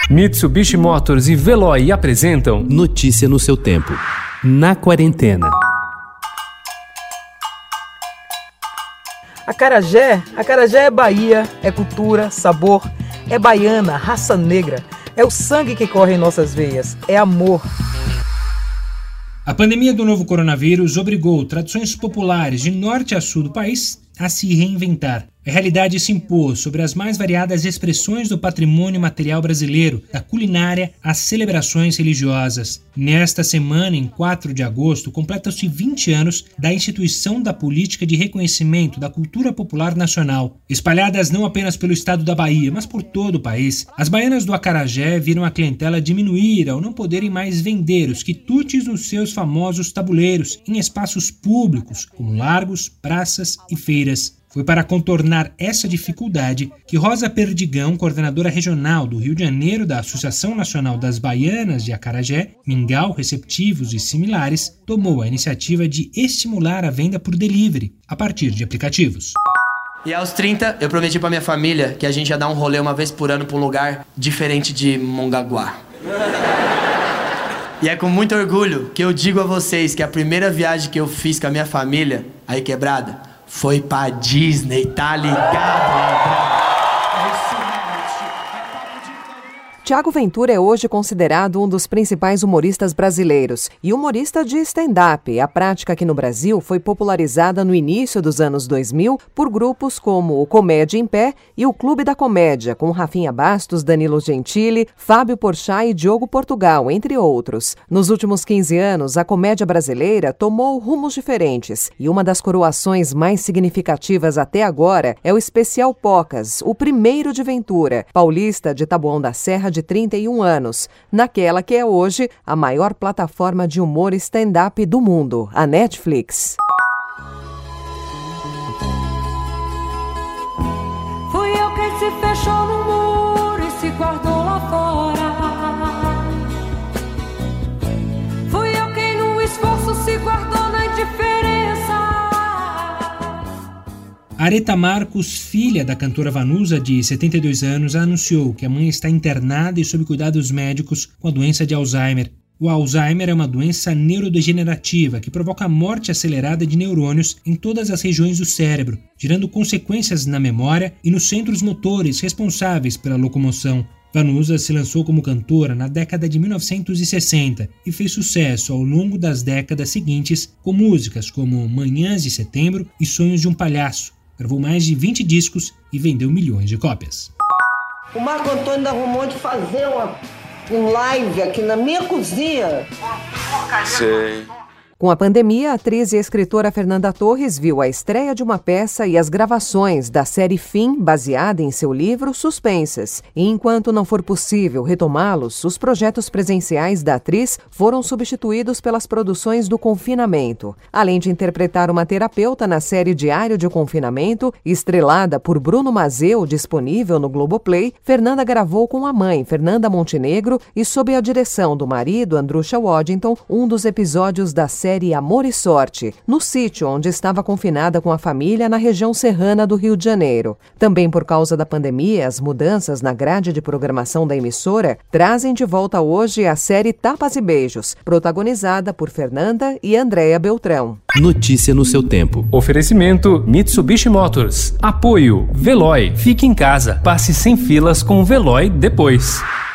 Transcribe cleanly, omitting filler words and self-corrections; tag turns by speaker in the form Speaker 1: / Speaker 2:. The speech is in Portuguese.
Speaker 1: Mitsubishi Motors e Veloy apresentam
Speaker 2: Notícia no seu tempo. Na quarentena.
Speaker 3: Acarajé é Bahia, é cultura, sabor, é baiana, raça negra, é o sangue que corre em nossas veias, é amor.
Speaker 4: A pandemia do novo coronavírus obrigou tradições populares de norte a sul do país a se reinventar. A realidade se impôs sobre as mais variadas expressões do patrimônio material brasileiro, da culinária às celebrações religiosas. Nesta semana, em 4 de agosto, completam-se 20 anos da instituição da política de reconhecimento da cultura popular nacional. Espalhadas não apenas pelo estado da Bahia, mas por todo o país, as baianas do acarajé viram a clientela diminuir ao não poderem mais vender os quitutes nos seus famosos tabuleiros em espaços públicos, como largos, praças e feiras. Foi para contornar essa dificuldade que Rosa Perdigão, coordenadora regional do Rio de Janeiro da Associação Nacional das Baianas de Acarajé, Mingau, Receptivos e similares, tomou a iniciativa de estimular a venda por delivery, a partir de aplicativos.
Speaker 5: E aos 30, eu prometi pra minha família que a gente ia dar um rolê uma vez por ano pra um lugar diferente de Mongaguá. E é com muito orgulho que eu digo a vocês que a primeira viagem que eu fiz com a minha família, aí quebrada, foi pra Disney, tá ligado?
Speaker 6: Tiago Ventura é hoje considerado um dos principais humoristas brasileiros e humorista de stand-up, a prática que no Brasil foi popularizada no início dos anos 2000 por grupos como o Comédia em Pé e o Clube da Comédia, com Rafinha Bastos, Danilo Gentili, Fábio Porchat e Diogo Portugal, entre outros. Nos últimos 15 anos, a comédia brasileira tomou rumos diferentes e uma das coroações mais significativas até agora é o especial Pocas, o primeiro de Ventura, paulista de Taboão da Serra de 31 anos, naquela que é hoje a maior plataforma de humor stand-up do mundo, a Netflix.
Speaker 7: Fui eu quem se fechou no muro e se guardou lá fora. Fui eu quem no esforço se guardou na indiferença.
Speaker 4: Aretha Marcos, filha da cantora Vanusa, de 72 anos, anunciou que a mãe está internada e sob cuidados médicos com a doença de Alzheimer. O Alzheimer é uma doença neurodegenerativa que provoca a morte acelerada de neurônios em todas as regiões do cérebro, gerando consequências na memória e nos centros motores responsáveis pela locomoção. Vanusa se lançou como cantora na década de 1960 e fez sucesso ao longo das décadas seguintes com músicas como Manhãs de Setembro e Sonhos de um Palhaço. Gravou mais de 20 discos e vendeu milhões de cópias.
Speaker 8: O Marco Antônio ainda arrumou de fazer um live aqui na minha cozinha.
Speaker 9: Sei.
Speaker 6: Com a pandemia, a atriz e escritora Fernanda Torres viu a estreia de uma peça e as gravações da série Fim, baseada em seu livro, suspensas. E enquanto não for possível retomá-los, os projetos presenciais da atriz foram substituídos pelas produções do confinamento. Além de interpretar uma terapeuta na série Diário de Confinamento, estrelada por Bruno Mazeu, disponível no Globoplay, Fernanda gravou com a mãe, Fernanda Montenegro, e sob a direção do marido, Andrusha Waddington, um dos episódios da série Amor e Sorte, no sítio onde estava confinada com a família na região serrana do Rio de Janeiro. Também por causa da pandemia, as mudanças na grade de programação da emissora trazem de volta hoje a série Tapas e Beijos, protagonizada por Fernanda e Andréa Beltrão.
Speaker 2: Notícia no seu tempo.
Speaker 1: Oferecimento Mitsubishi Motors. Apoio Veloy. Fique em casa. Passe sem filas com o Veloy depois.